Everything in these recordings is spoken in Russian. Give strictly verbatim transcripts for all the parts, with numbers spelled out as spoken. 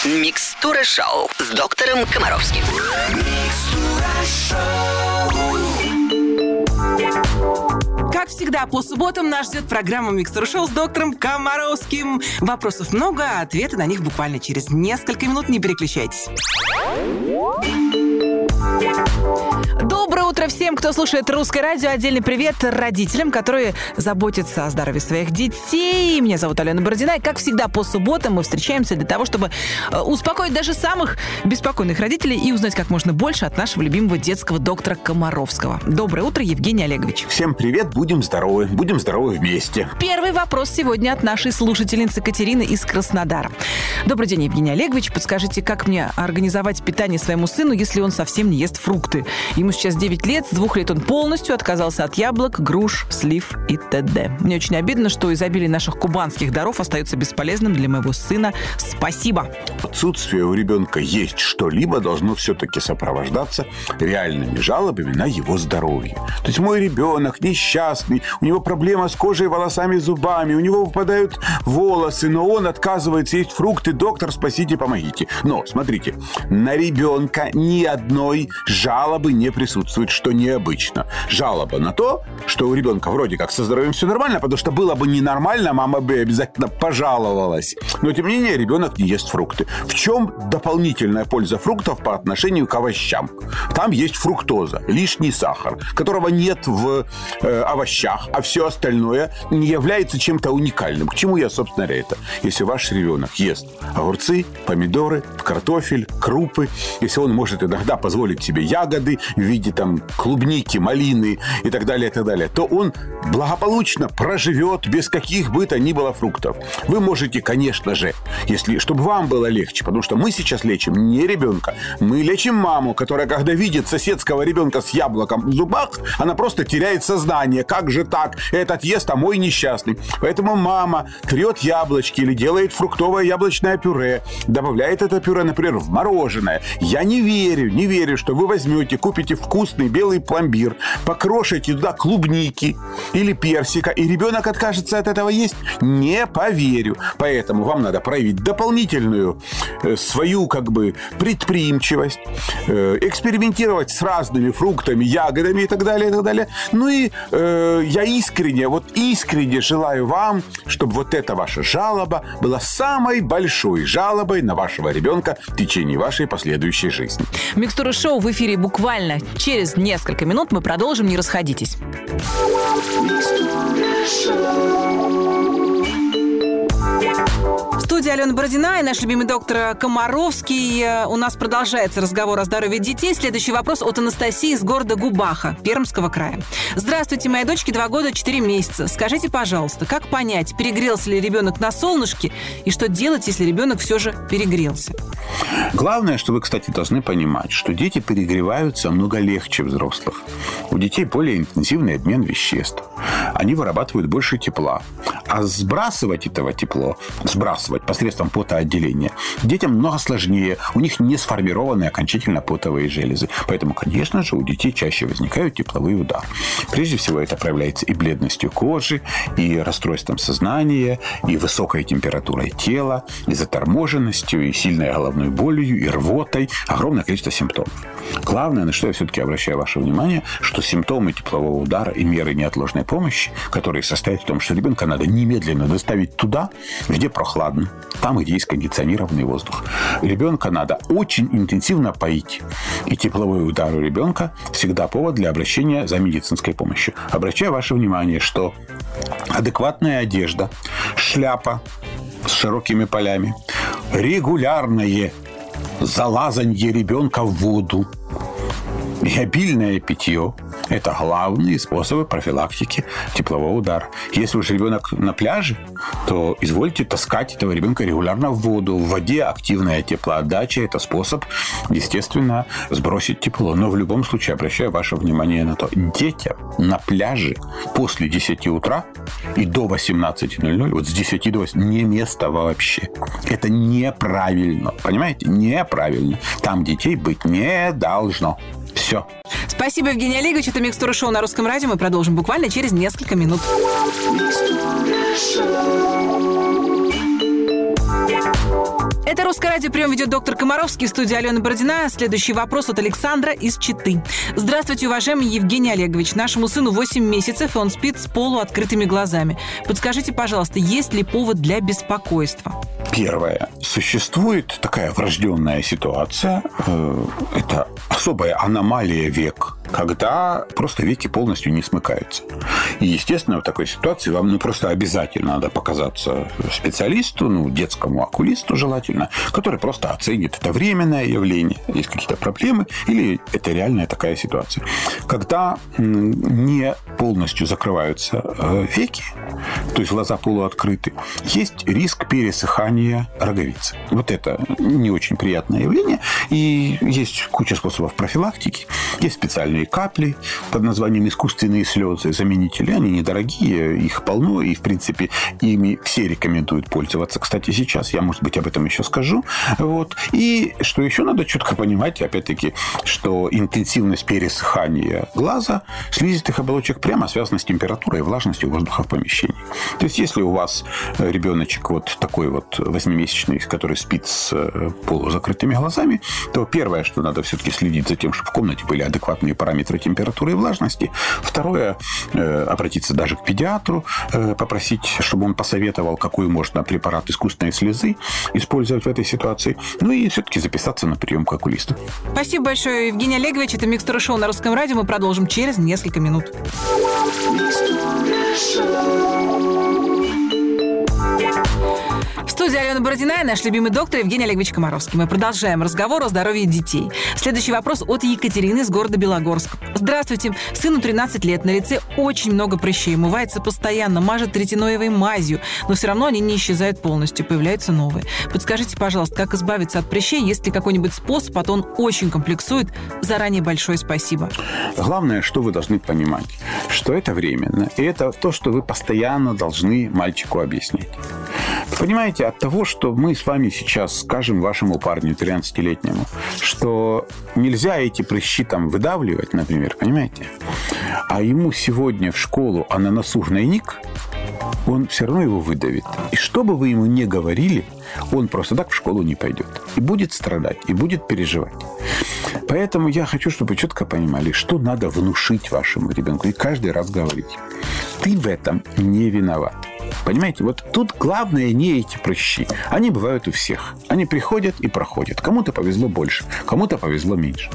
Микстура шоу с доктором Комаровским. Как всегда, по субботам нас ждет программа «Микстура шоу» с доктором Комаровским. Вопросов много, а ответы на них буквально через несколько минут. Не переключайтесь. Доброе утро всем, кто слушает Русское радио. Отдельный привет родителям, которые заботятся о здоровье своих детей. Меня зовут Алена Бородина. И, как всегда, по субботам мы встречаемся для того, чтобы успокоить даже самых беспокойных родителей и узнать как можно больше от нашего любимого детского доктора Комаровского. Доброе утро, Евгений Олегович. Всем привет, будем здоровы, будем здоровы вместе. Первый вопрос сегодня от нашей слушательницы Катерины из Краснодара. Добрый день, Евгений Олегович. Подскажите, как мне организовать питание своему сыну, если он совсем не ест фрукты? Ему сейчас девять лет, с двух лет он полностью отказался от яблок, груш, слив и т.д. Мне очень обидно, что изобилие наших кубанских даров остается бесполезным для моего сына. Спасибо. Отсутствие у ребенка есть что-либо должно все-таки сопровождаться реальными жалобами на его здоровье. То есть мой ребенок несчастный, у него проблема с кожей, волосами, зубами, у него выпадают волосы, но он отказывается есть фрукты. Доктор, спасите, помогите. Но, смотрите, на ребенка ни одной жалобы не присутствует, что необычно. Жалоба на то, что у ребенка вроде как со здоровьем все нормально, потому что было бы ненормально, мама бы обязательно пожаловалась. Но, тем не менее, ребенок не ест фрукты. В чем дополнительная польза фруктов по отношению к овощам? Там есть фруктоза, лишний сахар, которого нет в э, овощах, а все остальное не является чем-то уникальным. К чему я, собственно говоря, это? Если ваш ребенок ест огурцы, помидоры, картофель, крупы, если он может иногда позволить себе ягоды в виде там клубники, малины и так далее, и так далее, то он благополучно проживет без каких бы то ни было фруктов. Вы можете, конечно же, если, чтобы вам было легче, потому что мы сейчас лечим не ребенка, мы лечим маму, которая, когда видит соседского ребенка с яблоком в зубах, она просто теряет сознание. Как же так? Этот ест, а мой несчастный. Поэтому мама трет яблочки или делает фруктовое яблочное пюре, добавляет это пюре, например, в мороженое. Я не верю, не верю, что вы возьмете, купите вкусный белый пломбир, покрошите туда клубники или персика, и ребенок откажется от этого есть. Не поверю. Поэтому вам надо проявить дополнительную э, свою, как бы, предприимчивость, э, экспериментировать с разными фруктами, ягодами и так далее, и так далее. Ну и э, я искренне, вот искренне желаю вам, чтобы вот эта ваша жалоба была самой большой жалобой на вашего ребенка в течение вашей последующей жизни. Микстура шоу в эфире буквально через несколько минут. Мы продолжим, не расходитесь. В студии Алена Бородина и наш любимый доктор Комаровский. У нас продолжается разговор о здоровье детей. Следующий вопрос от Анастасии из города Губаха, Пермского края. Здравствуйте, моей дочке два года четыре месяца. Скажите, пожалуйста, как понять, перегрелся ли ребенок на солнышке и что делать, если ребенок все же перегрелся? Главное, что вы, кстати, должны понимать, что дети перегреваются много легче взрослых. У детей более интенсивный обмен веществ. Они вырабатывают больше тепла. А сбрасывать этого тепло, сбрасывать посредством потоотделения детям много сложнее. У них не сформированы окончательно потовые железы. Поэтому, конечно же, у детей чаще возникают тепловые удары. Прежде всего, это проявляется и бледностью кожи, и расстройством сознания, и высокой температурой тела, и заторможенностью, и сильной головной болью, и рвотой. Огромное количество симптомов. Главное, на что я все-таки обращаю ваше внимание, что симптомы теплового удара и меры неотложной помощи, которые состоят в том, что ребенка надо немедленно доставить туда, где прохладно, там, где есть кондиционированный воздух. Ребенка надо очень интенсивно поить. И тепловой удар у ребенка всегда повод для обращения за медицинской помощью. Обращаю ваше внимание, что адекватная одежда, шляпа с широкими полями, регулярное залазанье ребенка в воду и обильное питье – это главные способы профилактики теплового удара. Если уж ребенок на пляже, то извольте таскать этого ребенка регулярно в воду. В воде активная теплоотдача – это способ, естественно, сбросить тепло. Но в любом случае обращаю ваше внимание на то, детям на пляже после десяти утра и до восемнадцати ноль-ноль, вот с десяти до восьми, не место вообще. Это неправильно. Понимаете? Неправильно. Там детей быть не должно. Все. Спасибо, Евгений Олегович. Это «Микстура шоу» на Русском радио. Мы продолжим буквально через несколько минут. Это «Русское радио». Прием ведет доктор Комаровский. В студии Алена Бородина. Следующий вопрос от Александра из Читы. Здравствуйте, уважаемый Евгений Олегович. Нашему сыну восемь месяцев, и он спит с полуоткрытыми глазами. Подскажите, пожалуйста, есть ли повод для беспокойства? Первое. Существует такая врожденная ситуация. Это особая аномалия век, когда просто веки полностью не смыкаются. И, естественно, в такой ситуации вам ну, просто обязательно надо показаться специалисту, ну, детскому окулисту желательно, который просто оценит это временное явление, есть какие-то проблемы, или это реальная такая ситуация. Когда не полностью закрываются веки, то есть глаза полуоткрыты, есть риск пересыхания роговицы. Вот это не очень приятное явление. И есть куча способов профилактики. Есть специальные капли под названием искусственные слезы, заменители. Они недорогие, их полно, и, в принципе, ими все рекомендуют пользоваться. Кстати, сейчас я, может быть, об этом еще скажу. Вот. И что еще надо четко понимать, опять-таки, что интенсивность пересыхания глаза слизистых оболочек прямо связана с температурой и влажностью воздуха в помещении. То есть, если у вас ребеночек вот такой вот восьмимесячный, который спит с полузакрытыми глазами, то первое, что надо все-таки следить за тем, чтобы в комнате были адекватные параметры температуры и влажности. Второе, обратиться даже к педиатру, попросить, чтобы он посоветовал, какой можно препарат искусственной слезы использовать в этой ситуации. Ну и все-таки записаться на прием к окулисту. Спасибо большое, Евгений Олегович. Это «Микстура шоу» на Русском радио. Мы продолжим через несколько минут. В студии Алена Бородина и наш любимый доктор Евгений Олегович Комаровский. Мы продолжаем разговор о здоровье детей. Следующий вопрос от Екатерины из города Белогорск. Здравствуйте. Сыну тринадцать лет. На лице очень много прыщей. Умывается постоянно, мажет ретиноевой мазью. Но все равно они не исчезают полностью. Появляются новые. Подскажите, пожалуйста, как избавиться от прыщей? Есть ли какой-нибудь способ? А то он очень комплексует. Заранее большое спасибо. Главное, что вы должны понимать, что это временно. И это то, что вы постоянно должны мальчику объяснить. Понимаете, от того, что мы с вами сейчас скажем вашему парню тринадцатилетнему, что нельзя эти прыщи там выдавливать, например, понимаете? А ему сегодня в школу, а на носу гнойник, он все равно его выдавит. И что бы вы ему ни говорили, он просто так в школу не пойдет. И будет страдать, и будет переживать. Поэтому я хочу, чтобы вы четко понимали, что надо внушить вашему ребенку. И каждый раз говорить: ты в этом не виноват. Понимаете, вот тут главное не эти прыщи. Они бывают у всех. Они приходят и проходят. Кому-то повезло больше, кому-то повезло меньше.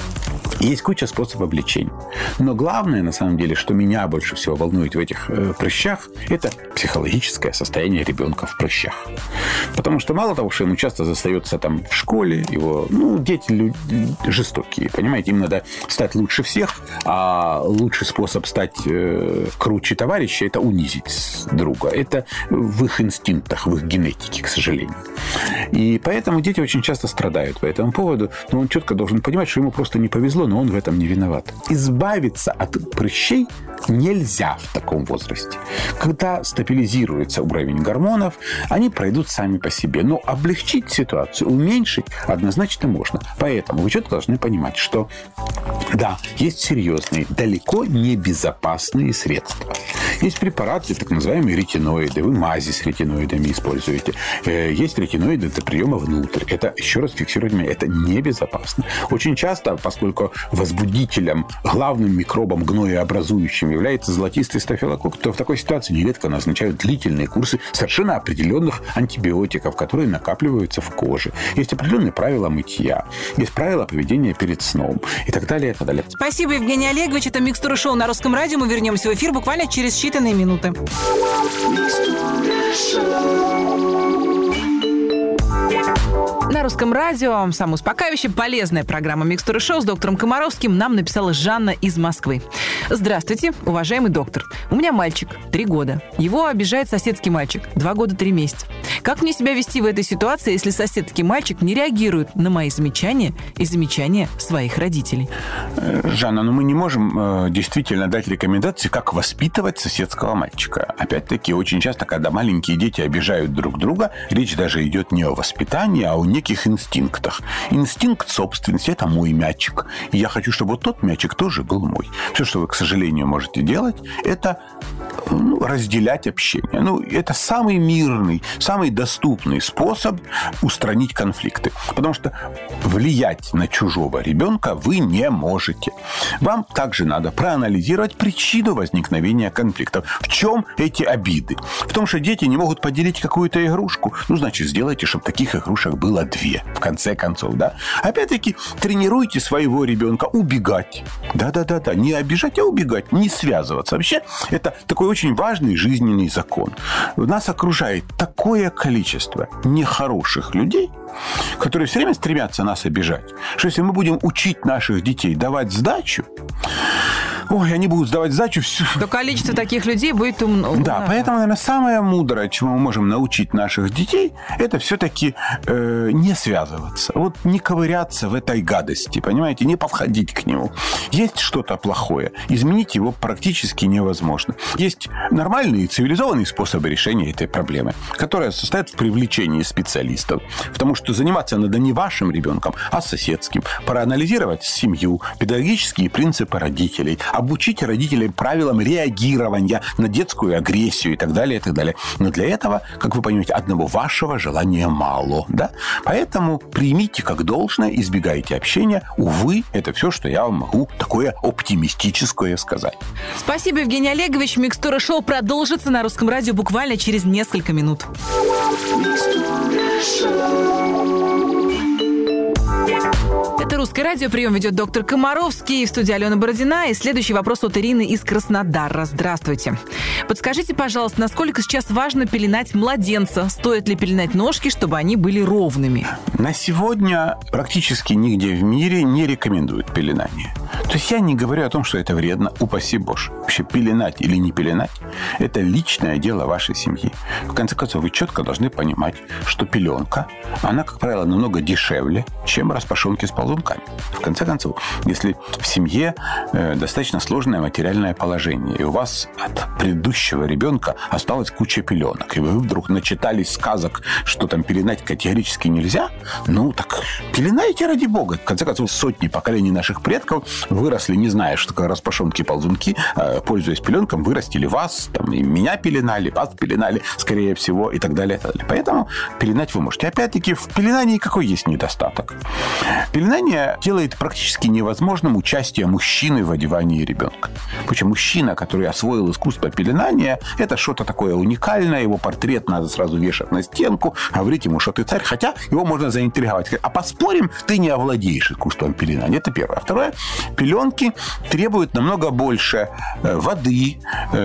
Есть куча способов лечения. Но главное, на самом деле, что меня больше всего волнует в этих э, прыщах, это психологическое состояние ребенка в прыщах. Потому что мало того, что ему часто застается там в школе, его, ну, дети люди жестокие, понимаете, им надо стать лучше всех, а лучший способ стать э, круче товарища – это унизить друга. Это в их инстинктах, в их генетике, к сожалению. И поэтому дети очень часто страдают по этому поводу, но он четко должен понимать, что ему просто не повезло, но он в этом не виноват. Избавиться от прыщей нельзя в таком возрасте. Когда стабилизируется уровень гормонов, они пройдут сами по себе. Но облегчить ситуацию, уменьшить однозначно можно. Поэтому вы четко должны понимать, что да, есть серьезные, далеко не безопасные средства. Есть препараты, так называемые ретиноиды. Вы мази с ретиноидами используете. Есть ретиноиды для приема внутрь. Это, еще раз фиксируйте меня, это небезопасно. Очень часто, поскольку возбудителем, главным микробом гноеобразующим является золотистый стафилококк, то в такой ситуации нередко назначают длительные курсы совершенно определенных антибиотиков, которые накапливаются в коже. Есть определенные правила мытья, есть правила поведения перед сном и так далее, и так далее. Спасибо, Евгений Олегович. Это «Микстура шоу» на Русском радио. Мы вернемся в эфир буквально через считанные минуты. На Русском радио самоуспокаивающая, полезная программа «Микстура шоу» с доктором Комаровским нам написала Жанна из Москвы. Здравствуйте, уважаемый доктор. У меня мальчик, три года. Его обижает соседский мальчик, два года, три месяца. Как мне себя вести в этой ситуации, если соседский мальчик не реагирует на мои замечания и замечания своих родителей? Жанна, ну мы не можем э, действительно дать рекомендации, как воспитывать соседского мальчика. Опять-таки, очень часто, когда маленькие дети обижают друг друга, речь даже идет не о воспитании, а о неких таких инстинктах. Инстинкт собственности – это мой мячик. И я хочу, чтобы вот тот мячик тоже был мой. Все, что вы, к сожалению, можете делать, это ну, разделять общение. Ну, это самый мирный, самый доступный способ устранить конфликты. Потому что влиять на чужого ребенка вы не можете. Вам также надо проанализировать причину возникновения конфликтов. В чем эти обиды? В том, что дети не могут поделить какую-то игрушку. Ну, значит, сделайте, чтобы таких игрушек было две. В конце концов, да? Опять-таки, тренируйте своего ребенка убегать. Да-да-да-да. Не обижать, а убегать. Не связываться. Вообще, это такой очень важный жизненный закон. Нас окружает такое количество нехороших людей, которые все время стремятся нас обижать, что если мы будем учить наших детей давать сдачу, ой, они будут сдавать сдачу всю... То количество таких людей будет умно. Да, поэтому, наверное, самое мудрое, чему мы можем научить наших детей, это все-таки э, не связываться. Вот не ковыряться в этой гадости, понимаете, не подходить к нему. Есть что-то плохое, изменить его практически невозможно. Есть нормальные цивилизованные способы решения этой проблемы, которые состоят в привлечении специалистов, потому что заниматься надо не вашим ребенком, а соседским, проанализировать семью, педагогические принципы родителей, обучить родителей правилам реагирования на детскую агрессию и так далее, и так далее. Но для этого, как вы понимаете, одного вашего желания мало, да? Поэтому примите как должное, избегайте общения. Увы, это все, что я вам могу такое оптимистическое сказать. Спасибо, Евгений Олегович. Микстура шоу продолжится на Русском радио буквально через несколько минут. Это «Русское радио». Прием ведет доктор Комаровский. В студии Алена Бородина. И следующий вопрос от Ирины из Краснодара. Здравствуйте. Подскажите, пожалуйста, насколько сейчас важно пеленать младенца? Стоит ли пеленать ножки, чтобы они были ровными? На сегодня практически нигде в мире не рекомендуют пеленание. То есть я не говорю о том, что это вредно, упаси Боже. Вообще пеленать или не пеленать – это личное дело вашей семьи. В конце концов, вы четко должны понимать, что пеленка, она, как правило, намного дешевле, чем распашонки с ползунками. В конце концов, если в семье э, достаточно сложное материальное положение, и у вас от предыдущего ребенка осталась куча пеленок, и вы вдруг начитались сказок, что там пеленать категорически нельзя, ну так пеленайте ради бога. В конце концов, сотни поколений наших предков выросли, не зная, что такое распашонки и ползунки, э, пользуясь пеленком, вырастили вас, там, и меня пеленали, вас пеленали, скорее всего, и так далее, и так далее. Поэтому пеленать вы можете. Опять-таки, в пеленании какой есть недостаток? Пеленание делает практически невозможным участие мужчины в одевании ребенка. Причем мужчина, который освоил искусство пеленания, это что-то такое уникальное, его портрет надо сразу вешать на стенку, говорить ему, что ты царь, хотя его можно заинтриговать. А поспорим, ты не овладеешь искусством пеленания. Это первое. Второе, пеленки требуют намного больше воды,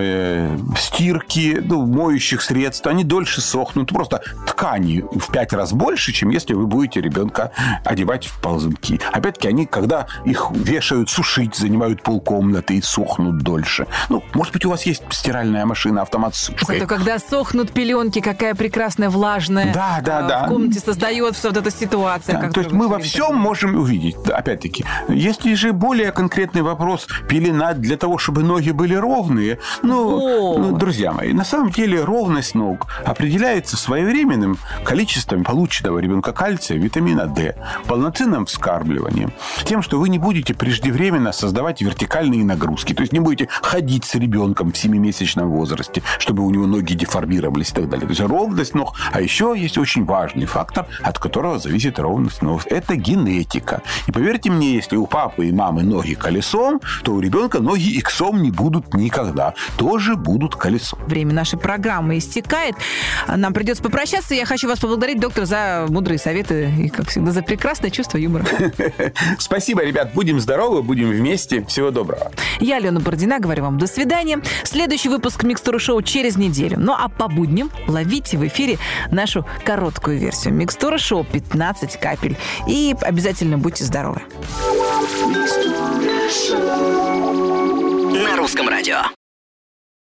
э, стирки, ну, моющих средств, они дольше сохнут. Просто ткани в пять раз больше, чем если вы будете ребенка одевать в ползунки. Опять-таки, они, когда их вешают сушить, занимают полкомнаты и сохнут дольше. Ну, может быть, у вас есть стиральная машина, автомат с сушкой. Зато когда сохнут пеленки, какая прекрасная влажная да, да, э, да. в комнате создается вот эта ситуация. Да, то есть мы во всем можем увидеть. Опять-таки, если же более конкретный вопрос, пеленать для того, чтобы ноги были ровные, ну, ну, друзья мои, на самом деле ровность ног определяется своевременным количеством полученного ребенка кальция, витамина D, полноценным вскармливанием, тем, что вы не будете преждевременно создавать вертикальные нагрузки, то есть не будете ходить с ребенком в семимесячном возрасте, чтобы у него ноги деформировались и так далее. То есть ровность ног. А еще есть очень важный фактор, от которого зависит ровность ног. Это генетика. И поверьте мне, если у папы и мамы ноги колесом, то у ребенка ноги иксом не будут никогда. Тоже будут колесом. Время нашей программы истекает. Нам придется попрощаться. Я хочу вас поблагодарить, доктор, за мудрые советы и, как всегда, за прекрасное чувство юмора. Спасибо, ребят. Будем здоровы, будем вместе. Всего доброго. Я, Алена Бородина, говорю вам до свидания. Следующий выпуск «Микстуры шоу» через неделю. Ну а по будням ловите в эфире нашу короткую версию «Микстура шоу» пятнадцать капель. И обязательно будьте здоровы. На Русском радио.